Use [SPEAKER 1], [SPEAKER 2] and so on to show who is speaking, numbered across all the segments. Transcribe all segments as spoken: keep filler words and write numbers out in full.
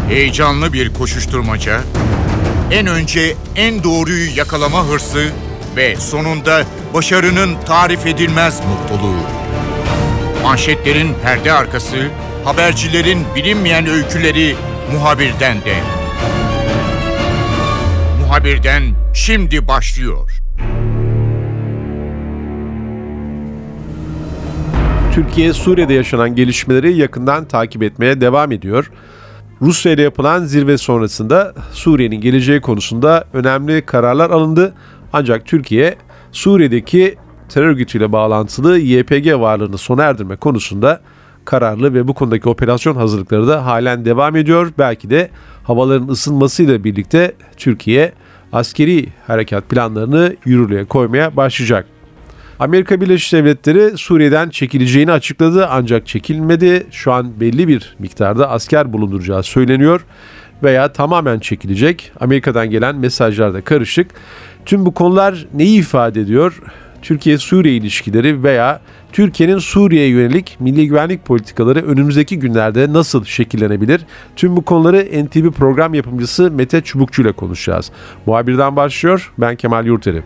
[SPEAKER 1] Heyecanlı bir koşuşturmaca, en önce en doğruyu yakalama hırsı ve sonunda başarının tarif edilmez mutluluğu. Manşetlerin perde arkası, habercilerin bilinmeyen öyküleri muhabirden de. Muhabirden şimdi başlıyor.
[SPEAKER 2] Türkiye, Suriye'de yaşanan gelişmeleri yakından takip etmeye devam ediyor. Rusya ile yapılan zirve sonrasında Suriye'nin geleceği konusunda önemli kararlar alındı. Ancak Türkiye, Suriye'deki terör örgütüyle bağlantılı Y P G varlığını sona erdirme konusunda kararlı ve bu konudaki operasyon hazırlıkları da halen devam ediyor. Belki de havaların ısınmasıyla birlikte Türkiye askeri harekat planlarını yürürlüğe koymaya başlayacak. Amerika Birleşik Devletleri Suriye'den çekileceğini açıkladı ancak çekilmedi. Şu an belli bir miktarda asker bulunduracağı söyleniyor veya tamamen çekilecek. Amerika'dan gelen mesajlar da karışık. Tüm bu konular neyi ifade ediyor? Türkiye-Suriye ilişkileri veya Türkiye'nin Suriye'ye yönelik milli güvenlik politikaları önümüzdeki günlerde nasıl şekillenebilir? Tüm bu konuları N T V program yapımcısı Mete Çubukçu ile konuşacağız. Muhabirden başlıyor. Ben Kemal Yurteri.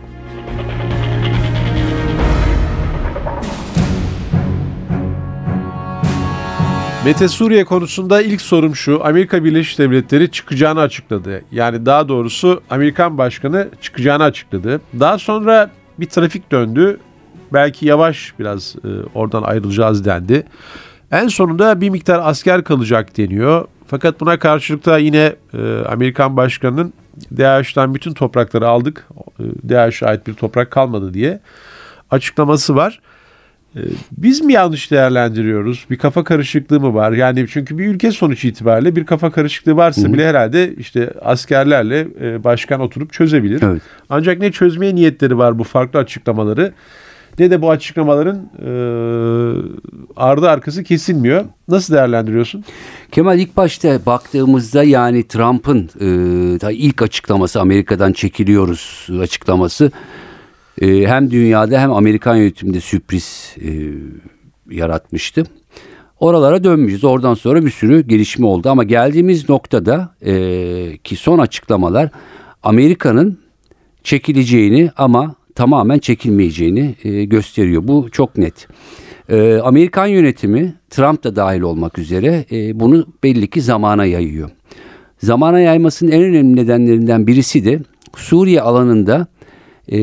[SPEAKER 2] Mete, Suriye konusunda ilk sorum şu: Amerika Birleşik Devletleri çıkacağını açıkladı. Yani daha doğrusu Amerikan Başkanı çıkacağını açıkladı. Daha sonra bir trafik döndü. Belki yavaş biraz e, oradan ayrılacağız dendi. En sonunda bir miktar asker kalacak deniyor. Fakat buna karşılık da yine e, Amerikan Başkanı'nın D A E Ş'ten bütün toprakları aldık, e, D A E Ş'e ait bir toprak kalmadı diye açıklaması var. Biz mi yanlış değerlendiriyoruz? Bir kafa karışıklığı mı var? Yani çünkü bir ülke sonuç itibariyle bir kafa karışıklığı varsa Hı-hı. bile herhalde işte askerlerle başkan oturup çözebilir. Evet. Ancak ne çözmeye niyetleri var bu farklı açıklamaları, ne de bu açıklamaların e, ardı arkası kesilmiyor. Nasıl değerlendiriyorsun?
[SPEAKER 3] Kemal, ilk başta baktığımızda yani Trump'ın e, ilk açıklaması, Amerika'dan çekiliyoruz açıklaması, hem dünyada hem Amerikan yönetiminde sürpriz e, yaratmıştı. Oralara dönmüşüz. Oradan sonra bir sürü gelişme oldu. Ama geldiğimiz noktada e, ki son açıklamalar Amerika'nın çekileceğini ama tamamen çekilmeyeceğini e, gösteriyor. Bu çok net. E, Amerikan yönetimi, Trump da dahil olmak üzere e, bunu belli ki zamana yayıyor. Zamana yaymasının en önemli nedenlerinden birisi de Suriye alanında e,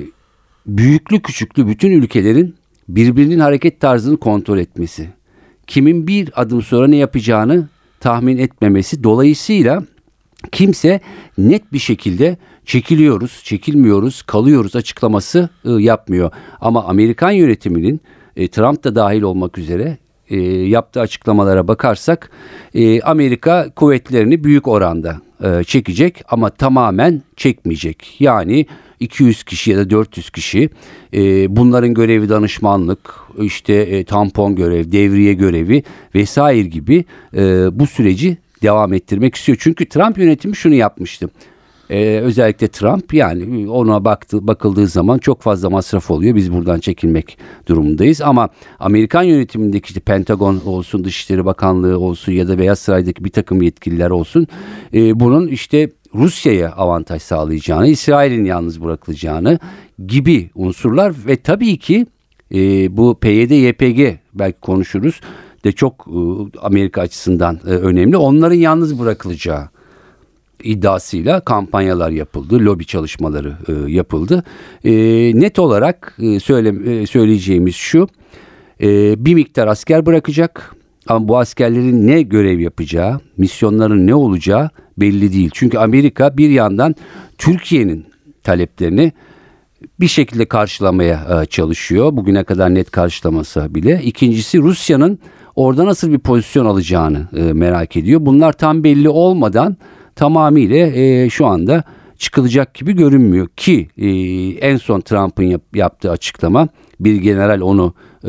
[SPEAKER 3] büyüklü küçüklü bütün ülkelerin birbirinin hareket tarzını kontrol etmesi. Kimin bir adım sonra ne yapacağını tahmin etmemesi. Dolayısıyla kimse net bir şekilde çekiliyoruz, çekilmiyoruz, kalıyoruz açıklaması yapmıyor. Ama Amerikan yönetiminin, Trump da dahil olmak üzere yaptığı açıklamalara bakarsak Amerika kuvvetlerini büyük oranda çekecek ama tamamen çekmeyecek. Yani iki yüz kişi ya da dört yüz kişi, e, bunların görevi danışmanlık, işte e, tampon görev, devriye görevi vesaire gibi e, bu süreci devam ettirmek istiyor. Çünkü Trump yönetimi şunu yapmıştı. E, özellikle Trump, yani ona baktı, bakıldığı zaman çok fazla masraf oluyor. Biz buradan çekilmek durumundayız. Ama Amerikan yönetimindeki işte Pentagon olsun, Dışişleri Bakanlığı olsun ya da Beyaz Saray'daki bir takım yetkililer olsun, e, bunun işte Rusya'ya avantaj sağlayacağını, İsrail'in yalnız bırakılacağını gibi unsurlar ve tabii ki e, bu P Y D Y P G belki konuşuruz de çok e, Amerika açısından e, önemli. Onların yalnız bırakılacağı iddiasıyla kampanyalar yapıldı, lobi çalışmaları e, yapıldı. E, net olarak e, söyle, e, söyleyeceğimiz şu: e, bir miktar asker bırakacak. Ama bu askerlerin ne görev yapacağı, misyonların ne olacağı belli değil. Çünkü Amerika bir yandan Türkiye'nin taleplerini bir şekilde karşılamaya çalışıyor. Bugüne kadar net karşılamasa bile. İkincisi, Rusya'nın orada nasıl bir pozisyon alacağını merak ediyor. Bunlar tam belli olmadan tamamıyla şu anda çıkılacak gibi görünmüyor. Ki en son Trump'ın yaptığı açıklama, bir general onu e, e,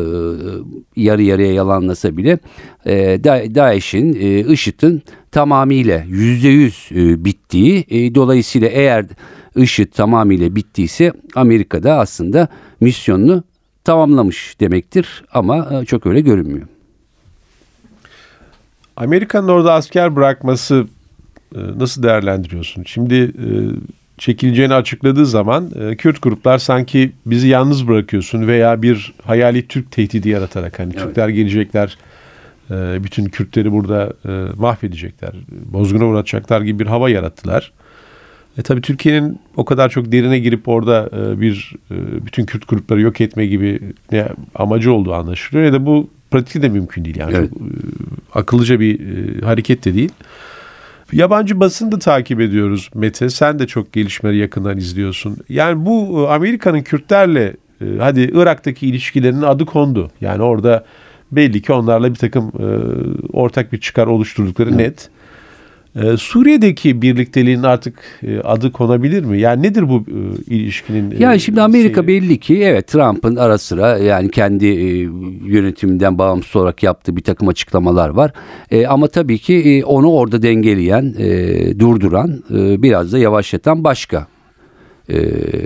[SPEAKER 3] yarı yarıya yalanlasa bile e, Da- DAEŞ'in, e, IŞİD'in tamamıyla yüzde yüz e, bittiği, e, dolayısıyla eğer IŞİD tamamıyla bittiyse Amerika'da aslında misyonunu tamamlamış demektir ama e, çok öyle görünmüyor.
[SPEAKER 2] Amerika'nın orada asker bırakması e, nasıl değerlendiriyorsun? Şimdi e, çekileceğini açıkladığı zaman e, Kürt gruplar sanki bizi yalnız bırakıyorsun veya bir hayali Türk tehdidi yaratarak hani evet. Türkler gelecekler, e, bütün Kürtleri burada e, mahvedecekler, bozguna uğratacaklar gibi bir hava yarattılar. E tabii Türkiye'nin o kadar çok derine girip orada e, bir e, bütün Kürt grupları yok etme gibi ne amacı olduğu anlaşılıyor ya da bu pratikte de mümkün değil yani evet. Çok, e, akıllıca bir e, hareket de değil. Yabancı basını da takip ediyoruz Mete. Sen de çok gelişmeleri yakından izliyorsun. Yani bu Amerika'nın Kürtlerle e, hadi Irak'taki ilişkilerinin adı kondu. Yani orada belli ki onlarla bir takım e, ortak bir çıkar oluşturdukları evet. net. Ee, Suriye'deki birlikteliğin artık e, adı konabilir mi? Yani nedir bu e, ilişkinin?
[SPEAKER 3] Yani şimdi Amerika
[SPEAKER 2] seyri?
[SPEAKER 3] belli ki evet Trump'ın ara sıra yani kendi e, yönetiminden bağımsız olarak yaptığı bir takım açıklamalar var. E, ama tabii ki e, onu orada dengeleyen, e, durduran, e, biraz da yavaşlatan başka e,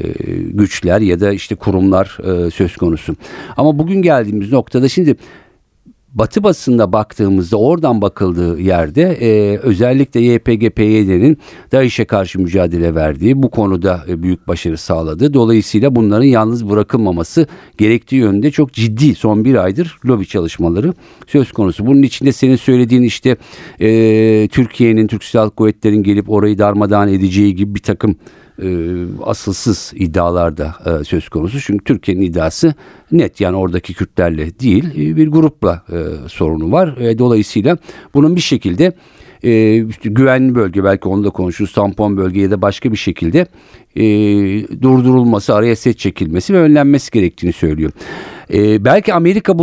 [SPEAKER 3] güçler ya da işte kurumlar e, söz konusu. Ama bugün geldiğimiz noktada şimdi Batı basında baktığımızda oradan bakıldığı yerde e, özellikle Y P G P Y D'nin DAEŞ'e karşı mücadele verdiği bu konuda e, büyük başarı sağladı. Dolayısıyla bunların yalnız bırakılmaması gerektiği yönde çok ciddi son bir aydır lobi çalışmaları söz konusu. Bunun içinde senin söylediğin işte e, Türkiye'nin, Türk Silahlı Kuvvetleri'nin gelip orayı darmadağın edeceği gibi bir takım E, asılsız iddialar da e, söz konusu. Çünkü Türkiye'nin iddiası net yani oradaki Kürtlerle değil e, bir grupla e, sorunu var. E, dolayısıyla bunun bir şekilde e, işte güvenli bölge belki onu da konuşuruz tampon bölge ya da başka bir şekilde e, durdurulması, araya set çekilmesi ve önlenmesi gerektiğini söylüyor. E, belki Amerika bu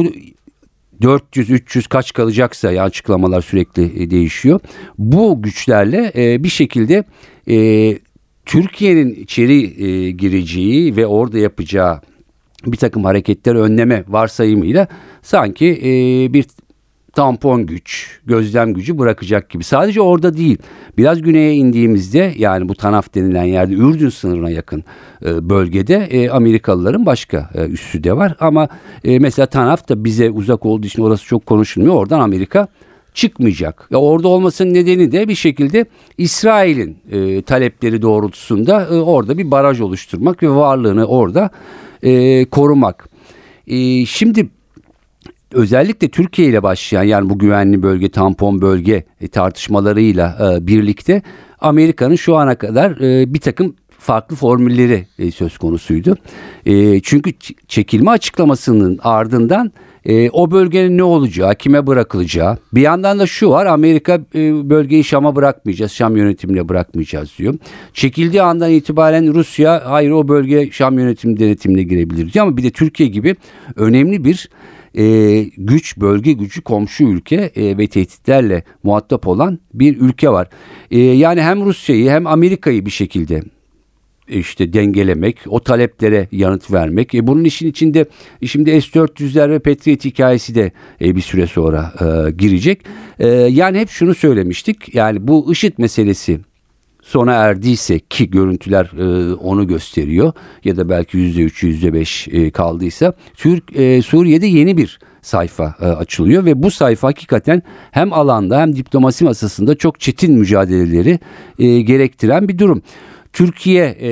[SPEAKER 3] dört yüz üç yüz kaç kalacaksa ya açıklamalar sürekli e, değişiyor. Bu güçlerle e, bir şekilde e, Türkiye'nin içeri e, gireceği ve orada yapacağı bir takım hareketleri önleme varsayımıyla sanki e, bir tampon güç, gözlem gücü bırakacak gibi. Sadece orada değil, biraz güneye indiğimizde yani bu Tanaf denilen yerde Ürdün sınırına yakın e, bölgede e, Amerikalıların başka e, üssü de var. Ama e, mesela Tanaf da bize uzak olduğu için orası çok konuşulmuyor. Oradan Amerika çıkmayacak. Ya orada olmasının nedeni de bir şekilde İsrail'in e, talepleri doğrultusunda e, orada bir baraj oluşturmak ve varlığını orada e, korumak. E, şimdi özellikle Türkiye ile başlayan yani bu güvenli bölge, tampon bölge e, tartışmalarıyla e, birlikte Amerika'nın şu ana kadar e, bir takım farklı formülleri e, söz konusuydu. E, çünkü ç- çekilme açıklamasının ardından e, o bölgenin ne olacağı, kime bırakılacağı. Bir yandan da şu var, Amerika e, bölgeyi Şam'a bırakmayacağız, Şam yönetimine bırakmayacağız diyor. Çekildiği andan itibaren Rusya hayır o bölge Şam yönetimi denetimine girebilir diyor. Ama bir de Türkiye gibi önemli bir e, güç, bölge gücü, komşu ülke e, ve tehditlerle muhatap olan bir ülke var. E, yani hem Rusya'yı hem Amerika'yı bir şekilde işte dengelemek, o taleplere yanıt vermek. E bunun işin içinde şimdi S dört yüzler ve Patriot hikayesi de e, bir süre sonra e, girecek. E, yani hep şunu söylemiştik. Yani bu IŞİD meselesi sona erdiyse ki görüntüler e, onu gösteriyor ya da belki yüzde üç, yüzde beş e, kaldıysa Türk e, Suriye'de yeni bir sayfa e, açılıyor ve bu sayfa hakikaten hem alanda hem diplomasi masasında çok çetin mücadeleleri e, gerektiren bir durum. Türkiye, e,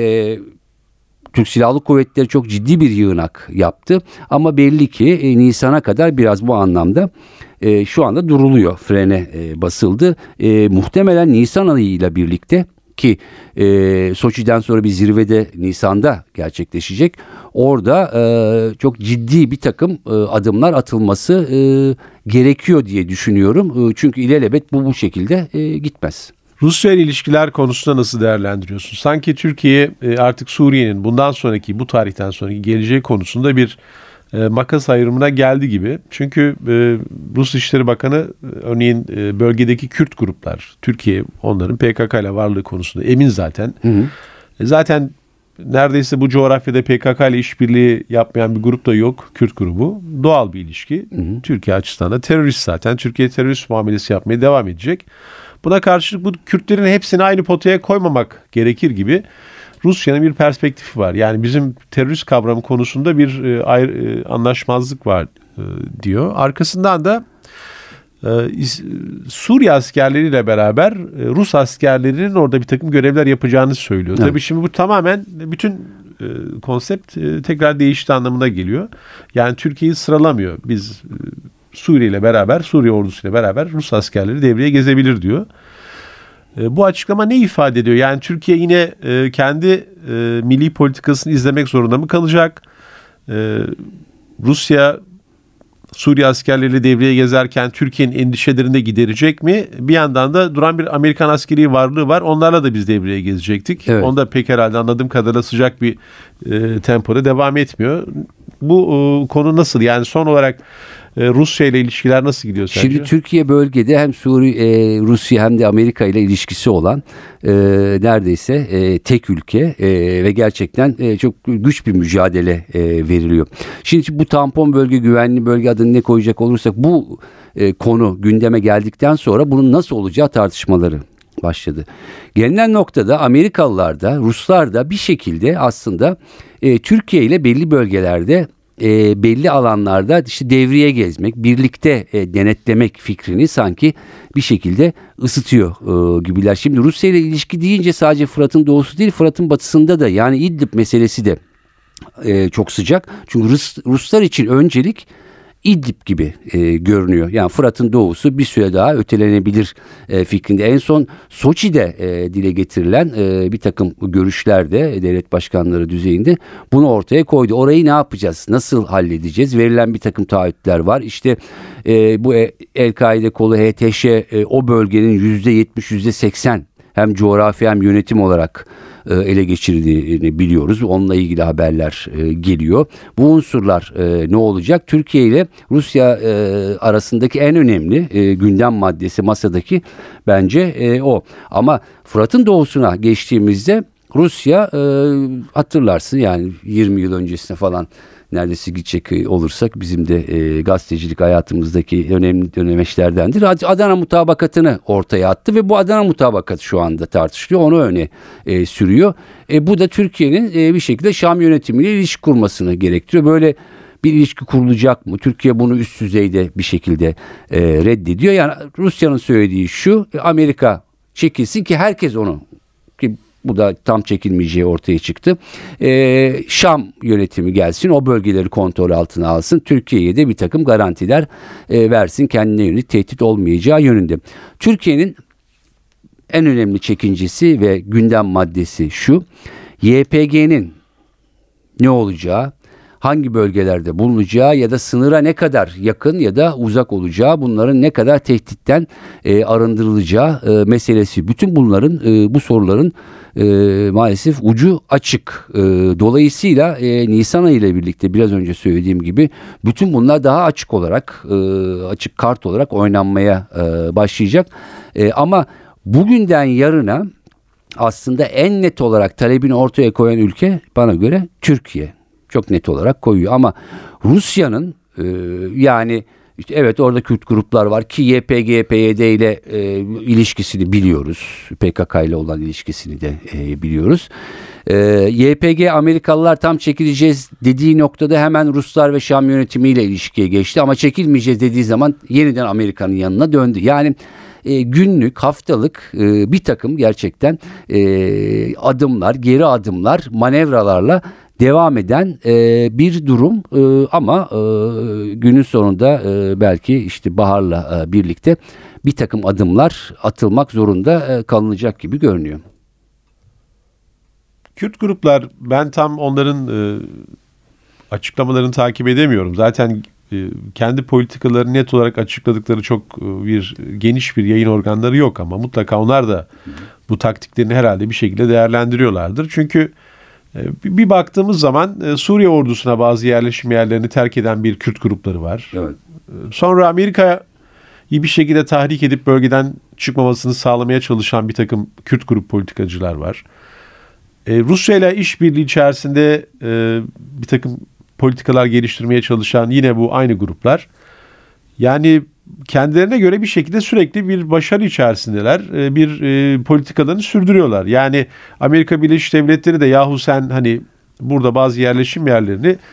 [SPEAKER 3] Türk Silahlı Kuvvetleri çok ciddi bir yığınak yaptı ama belli ki e, Nisan'a kadar biraz bu anlamda e, şu anda duruluyor, frene e, basıldı. E, muhtemelen Nisan ayıyla birlikte ki e, Soçi'den sonra bir zirvede Nisan'da gerçekleşecek. Orada e, çok ciddi bir takım e, adımlar atılması e, gerekiyor diye düşünüyorum. E, çünkü ilelebet bu bu şekilde e, gitmez.
[SPEAKER 2] Rusya ile ilişkiler konusunda nasıl değerlendiriyorsun? Sanki Türkiye artık Suriye'nin bundan sonraki, bu tarihten sonraki geleceği konusunda bir e, makas ayrımına geldi gibi. Çünkü e, Rus Dışişleri Bakanı e, örneğin e, bölgedeki Kürt gruplar, Türkiye onların P K K ile varlığı konusunda emin zaten. Hı hı. E, zaten neredeyse bu coğrafyada P K K ile işbirliği yapmayan bir grup da yok, Kürt grubu. Doğal bir ilişki. Hı hı. Türkiye açısından da terörist zaten. Türkiye terörist muamelesi yapmaya devam edecek. Buna karşılık bu Kürtlerin hepsini aynı potaya koymamak gerekir gibi Rusya'nın bir perspektifi var. Yani bizim terörist kavramı konusunda bir e, ayrı, e, anlaşmazlık var e, diyor. Arkasından da Suriye askerleriyle beraber Rus askerlerinin orada bir takım görevler yapacağını söylüyor. Evet. Tabii şimdi bu tamamen bütün konsept tekrar değişti anlamına geliyor. Yani Türkiye'yi sıralamıyor. Biz Suriye ile beraber, Suriye ordusuyla beraber Rus askerleri devreye gezebilir diyor. Bu açıklama ne ifade ediyor? Yani Türkiye yine kendi milli politikasını izlemek zorunda mı kalacak? Rusya Suriye askerleriyle devreye gezerken Türkiye'nin endişelerini de giderecek mi? Bir yandan da duran bir Amerikan askeri varlığı var. Onlarla da biz devreye gezecektik. Evet. Onda pek herhalde anladığım kadarıyla sıcak bir e, tempoda devam etmiyor. Bu e, konu nasıl? Yani son olarak e, Rusya ile ilişkiler nasıl gidiyor sence?
[SPEAKER 3] Şimdi Türkiye bölgede hem Suriye, e, Rusya hem de Amerika ile ilişkisi olan e, neredeyse e, tek ülke e, ve gerçekten e, çok güç bir mücadele e, veriliyor. Şimdi bu tampon bölge, güvenli bölge adını ne koyacak olursak bu e, konu gündeme geldikten sonra bunun nasıl olacağı tartışmaları başladı. Gelinen noktada Amerikalılar da Ruslar da bir şekilde aslında e, Türkiye ile belli bölgelerde e, belli alanlarda işte devriye gezmek, birlikte e, denetlemek fikrini sanki bir şekilde ısıtıyor e, gibiler. Şimdi Rusya ile ilişki deyince sadece Fırat'ın doğusu değil, Fırat'ın batısında da yani İdlib meselesi de e, çok sıcak. Çünkü Rus, Ruslar için öncelik İdlib gibi e, görünüyor. Yani Fırat'ın doğusu bir süre daha ötelenebilir e, fikrinde. En son Soçi'de e, dile getirilen e, bir takım görüşlerde devlet başkanları düzeyinde bunu ortaya koydu. Orayı ne yapacağız? Nasıl halledeceğiz? Verilen bir takım taahhütler var. İşte e, bu El-Kaide kolu H T Ş e, o bölgenin yüzde yetmiş yüzde seksen hem coğrafi hem yönetim olarak ele geçirdiğini biliyoruz. Onunla ilgili haberler e, geliyor. Bu unsurlar e, ne olacak? Türkiye ile Rusya e, arasındaki en önemli e, gündem maddesi masadaki bence e, o. Ama Fırat'ın doğusuna geçtiğimizde Rusya e, hatırlarsın yani yirmi yıl öncesine falan neredeyse gidecek olursak bizim de e, gazetecilik hayatımızdaki önemli dönemeçlerdendir. Adana mutabakatını ortaya attı ve bu Adana mutabakatı şu anda tartışılıyor. Onu öne e, sürüyor. E, bu da Türkiye'nin e, bir şekilde Şam yönetimiyle ilişki kurmasını gerektiriyor. Böyle bir ilişki kurulacak mı? Türkiye bunu üst düzeyde bir şekilde e, reddediyor. Yani Rusya'nın söylediği şu, Amerika çekilsin ki herkes onu ki bu da tam çekilmeyeceği ortaya çıktı. Ee, Şam yönetimi gelsin, o bölgeleri kontrol altına alsın. Türkiye'ye de bir takım garantiler e, versin, kendine yönelik tehdit olmayacağı yönünde. Türkiye'nin en önemli çekincesi ve gündem maddesi şu: Y P G'nin ne olacağı, hangi bölgelerde bulunacağı ya da sınıra ne kadar yakın ya da uzak olacağı, bunların ne kadar tehditten e, arındırılacağı e, meselesi. Bütün bunların, e, bu soruların e, maalesef ucu açık. E, dolayısıyla e, Nisan ayı ile birlikte biraz önce söylediğim gibi bütün bunlar daha açık olarak, e, açık kart olarak oynanmaya e, başlayacak. E, ama bugünden yarına aslında en net olarak talebini ortaya koyan ülke bana göre Türkiye. Çok net olarak koyuyor ama Rusya'nın e, yani işte evet orada Kürt gruplar var ki Y P G, P Y D ile e, ilişkisini biliyoruz. P K K ile olan ilişkisini de e, biliyoruz. E, Y P G Amerikalılar tam çekileceğiz dediği noktada hemen Ruslar ve Şam yönetimiyle ilişkiye geçti ama çekilmeyeceğiz dediği zaman yeniden Amerika'nın yanına döndü. Yani E, günlük, haftalık e, bir takım gerçekten e, adımlar, geri adımlar, manevralarla devam eden e, bir durum e, ama e, günün sonunda e, belki işte baharla e, birlikte bir takım adımlar atılmak zorunda e, kalınacak gibi görünüyor.
[SPEAKER 2] Kürt gruplar, ben tam onların e, açıklamalarını takip edemiyorum. Zaten kendi politikalarını net olarak açıkladıkları çok bir geniş bir yayın organları yok ama mutlaka onlar da bu taktiklerini herhalde bir şekilde değerlendiriyorlardır. Çünkü bir baktığımız zaman Suriye ordusuna bazı yerleşim yerlerini terk eden bir Kürt grupları var. Evet. Sonra Amerika'yı bir şekilde tahrik edip bölgeden çıkmamasını sağlamaya çalışan bir takım Kürt grup politikacılar var. Rusya ile işbirliği içerisinde bir takım politikalar geliştirmeye çalışan yine bu aynı gruplar. Yani kendilerine göre bir şekilde sürekli bir başarı içerisindeler. Bir e, politikalarını sürdürüyorlar. Yani Amerika Birleşik Devletleri de yahu sen hani burada bazı yerleşim yerlerini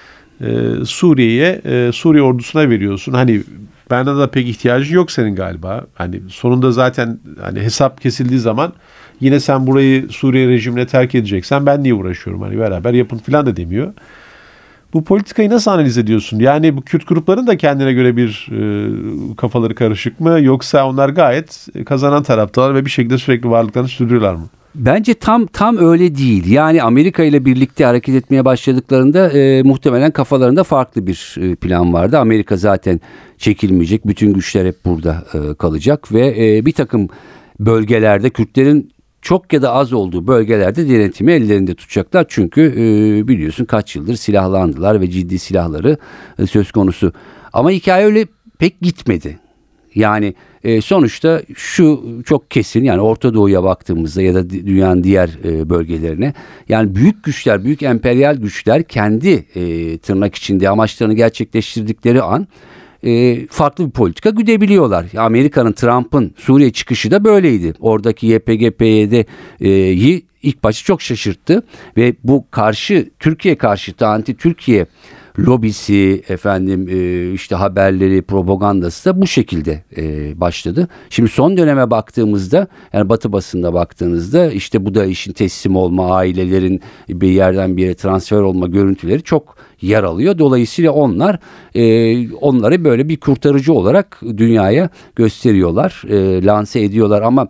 [SPEAKER 2] e, Suriye'ye, e, Suriye ordusuna veriyorsun. Hani bana da pek ihtiyacın yok senin galiba. Hani sonunda zaten hani hesap kesildiği zaman yine sen burayı Suriye rejimine terk edeceksen ben niye uğraşıyorum? Hani beraber yapın falan da demiyor. Bu politikayı nasıl analiz ediyorsun? Yani bu Kürt grupların da kendine göre bir e, kafaları karışık mı? Yoksa onlar gayet kazanan taraftalar ve bir şekilde sürekli varlıklarını sürdürüyorlar mı?
[SPEAKER 3] Bence tam tam öyle değil. Yani Amerika ile birlikte hareket etmeye başladıklarında e, muhtemelen kafalarında farklı bir e, plan vardı. Amerika zaten çekilmeyecek. Bütün güçler hep burada e, kalacak ve e, bir takım bölgelerde Kürtlerin çok ya da az olduğu bölgelerde denetimi ellerinde tutacaklar. Çünkü e, biliyorsun kaç yıldır silahlandılar ve ciddi silahları e, söz konusu. Ama hikaye öyle pek gitmedi. Yani e, sonuçta şu çok kesin, yani Orta Doğu'ya baktığımızda ya da dünyanın diğer e, bölgelerine, yani büyük güçler, büyük emperyal güçler kendi e, tırnak içinde amaçlarını gerçekleştirdikleri an e, farklı bir politika güdebiliyorlar. Amerika'nın, Trump'ın Suriye çıkışı da böyleydi. Oradaki Y P G P Y D'yi ilk başta çok şaşırttı ve bu karşı Türkiye karşıtı anti Türkiye lobisi, efendim işte haberleri, propagandası da bu şekilde başladı. Şimdi son döneme baktığımızda, yani Batı basında baktığınızda işte bu da işin teslim olma, ailelerin bir yerden bir yere transfer olma görüntüleri çok yer alıyor. Dolayısıyla onlar onları böyle bir kurtarıcı olarak dünyaya gösteriyorlar, lanse ediyorlar ama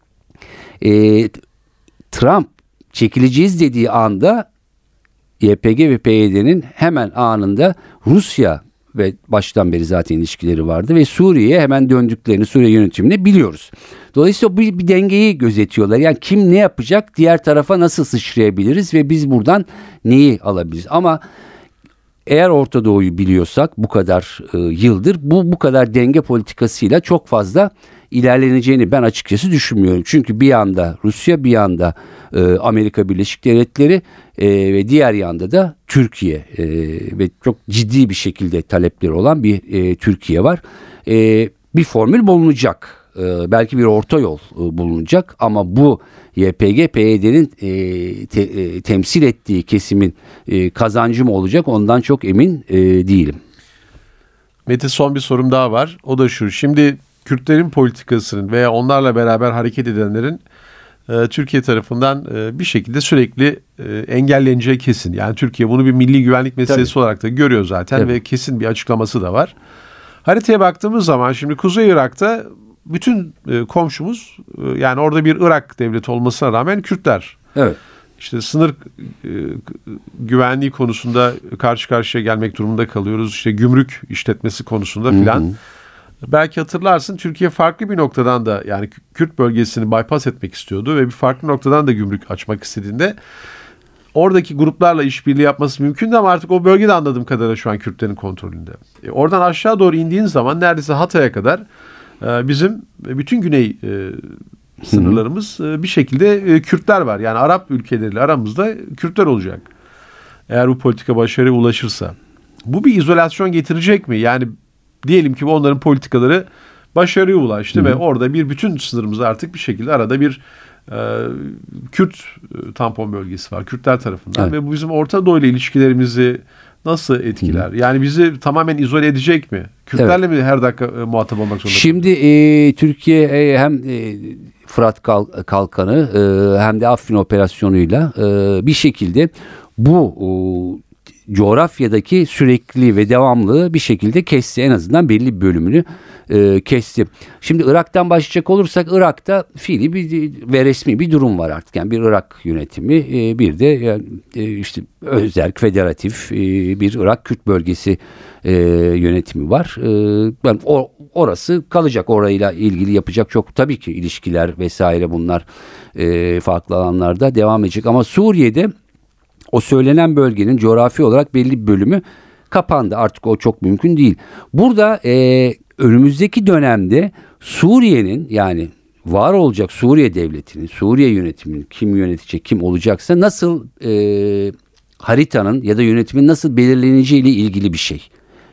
[SPEAKER 3] Trump çekileceğiz dediği anda Y P G ve P Y D'nin hemen anında Rusya ve baştan beri zaten ilişkileri vardı ve Suriye'ye hemen döndüklerini, Suriye yönetimini biliyoruz. Dolayısıyla bir, bir dengeyi gözetiyorlar. Yani kim ne yapacak, diğer tarafa nasıl sıçrayabiliriz ve biz buradan neyi alabiliriz? Ama eğer Orta Doğu'yu biliyorsak bu kadar e, yıldır bu bu kadar denge politikasıyla çok fazla ilerleneceğini ben açıkçası düşünmüyorum. Çünkü bir yanda Rusya, bir yanda e, Amerika Birleşik Devletleri e, ve diğer yanda da Türkiye e, ve çok ciddi bir şekilde talepleri olan bir e, Türkiye var. E, bir formül bulunacak. E, belki bir orta yol e, bulunacak ama bu Y P G P Y D'nin e, te, e, temsil ettiği kesimin e, kazancı mı olacak, ondan çok emin e, değilim.
[SPEAKER 2] Mete, son bir sorum daha var. O da şu. Şimdi Kürtlerin politikasının veya onlarla beraber hareket edenlerin e, Türkiye tarafından e, bir şekilde sürekli e, engelleneceği kesin. Yani Türkiye bunu bir milli güvenlik meselesi Tabii. olarak da görüyor zaten Tabii. ve kesin bir açıklaması da var. Haritaya baktığımız zaman şimdi Kuzey Irak'ta bütün e, komşumuz e, yani orada bir Irak devleti olmasına rağmen Kürtler. Evet. İşte sınır e, güvenliği konusunda karşı karşıya gelmek durumunda kalıyoruz. İşte gümrük işletmesi konusunda filan. Belki hatırlarsın, Türkiye farklı bir noktadan da, yani Kürt bölgesini bypass etmek istiyordu ve bir farklı noktadan da gümrük açmak istediğinde oradaki gruplarla işbirliği yapması mümkündü ama artık o bölgede anladığım kadarıyla şu an Kürtlerin kontrolünde. E, oradan aşağı doğru indiğin zaman neredeyse Hatay'a kadar e, bizim bütün güney e, sınırlarımız e, bir şekilde e, Kürtler var. Yani Arap ülkeleriyle aramızda Kürtler olacak. Eğer bu politika başarıya ulaşırsa. Bu bir izolasyon getirecek mi? Yani diyelim ki onların politikaları başarıya ulaştı Hı-hı. ve orada bir bütün sınırımızda artık bir şekilde arada bir e, Kürt e, tampon bölgesi var Kürtler tarafından evet. ve bu bizim Orta Doğu ile ilişkilerimizi nasıl etkiler? Hı-hı. Yani bizi tamamen izole edecek mi? Kürtlerle evet. mi her dakika e, muhatap olmak zorunda?
[SPEAKER 3] Şimdi e, Türkiye e, hem e, Fırat Kalkanı e, hem de Afrin operasyonuyla e, bir şekilde bu e, coğrafyadaki sürekli ve devamlılığı bir şekilde kesti. En azından belli bir bölümünü e, kesti. Şimdi Irak'tan başlayacak olursak, Irak'ta fiili bir ve resmi bir durum var artık. Yani bir Irak yönetimi, e, bir de yani, e, işte özerk, federatif e, bir Irak Kürt bölgesi e, yönetimi var. E, yani or, orası kalacak. Orayla ilgili yapacak çok tabii ki ilişkiler vesaire, bunlar e, farklı alanlarda devam edecek. Ama Suriye'de o söylenen bölgenin coğrafi olarak belli bir bölümü kapandı. Artık o çok mümkün değil. Burada e, önümüzdeki dönemde Suriye'nin, yani var olacak Suriye devletinin, Suriye yönetiminin kim yönetecek, kim olacaksa nasıl e, haritanın ya da yönetimin nasıl belirleneceği ile ilgili bir şey.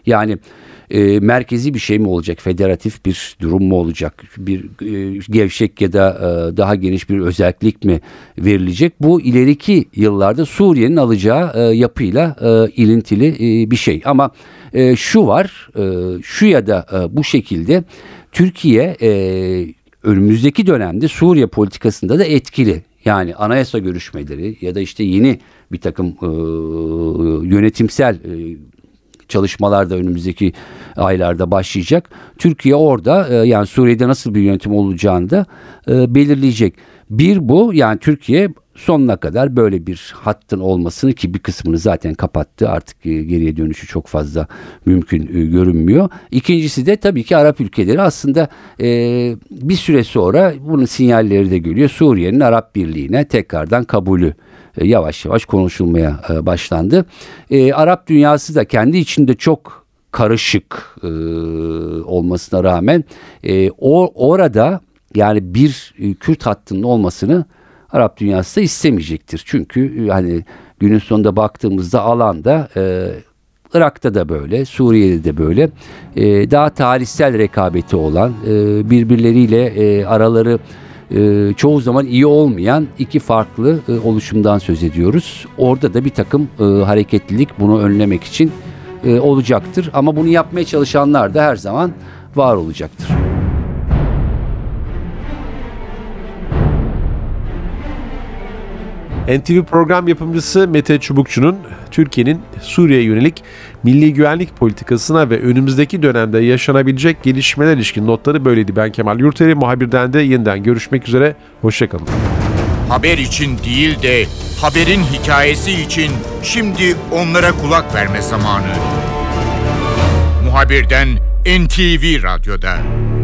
[SPEAKER 3] Yani e, merkezi bir şey mi olacak? Federatif bir durum mu olacak? Bir e, gevşek ya da e, daha geniş bir özellik mi verilecek? Bu ileriki yıllarda Suriye'nin alacağı e, yapıyla e, ilintili e, bir şey. Ama e, şu var, e, şu ya da e, bu şekilde Türkiye e, önümüzdeki dönemde Suriye politikasında da etkili. Yani anayasa görüşmeleri ya da işte yeni bir takım e, yönetimsel e, çalışmalar da önümüzdeki aylarda başlayacak. Türkiye orada e, yani Suriye'de nasıl bir yönetim olacağını da e, belirleyecek. Bir bu, yani Türkiye sonuna kadar böyle bir hattın olmasını, ki bir kısmını zaten kapattı, artık e, geriye dönüşü çok fazla mümkün e, görünmüyor. İkincisi de tabii ki Arap ülkeleri aslında e, bir süre sonra bunun sinyalleri de geliyor. Suriye'nin Arap Birliği'ne tekrardan kabulü e, yavaş yavaş konuşulmaya e, başlandı. E, Arap dünyası da kendi içinde çok karışık e, olmasına rağmen e, o orada yani bir e, Kürt hattının olmasını Arap dünyası da istemeyecektir. Çünkü hani günün sonunda baktığımızda alanda e, Irak'ta da böyle, Suriye'de de böyle e, daha tarihsel rekabeti olan, e, birbirleriyle e, araları e, çoğu zaman iyi olmayan iki farklı e, oluşumdan söz ediyoruz. Orada da bir takım e, hareketlilik bunu önlemek için e, olacaktır. Ama bunu yapmaya çalışanlar da her zaman var olacaktır.
[SPEAKER 2] N T V program yapımcısı Mete Çubukçu'nun Türkiye'nin Suriye'ye yönelik milli güvenlik politikasına ve önümüzdeki dönemde yaşanabilecek gelişmeler ilişkin notları böyleydi. Ben Kemal Yurteri, muhabirden de yeniden görüşmek üzere. Hoşçakalın.
[SPEAKER 1] Haber için değil de haberin hikayesi için şimdi onlara kulak verme zamanı. Muhabirden N T V Radyo'da.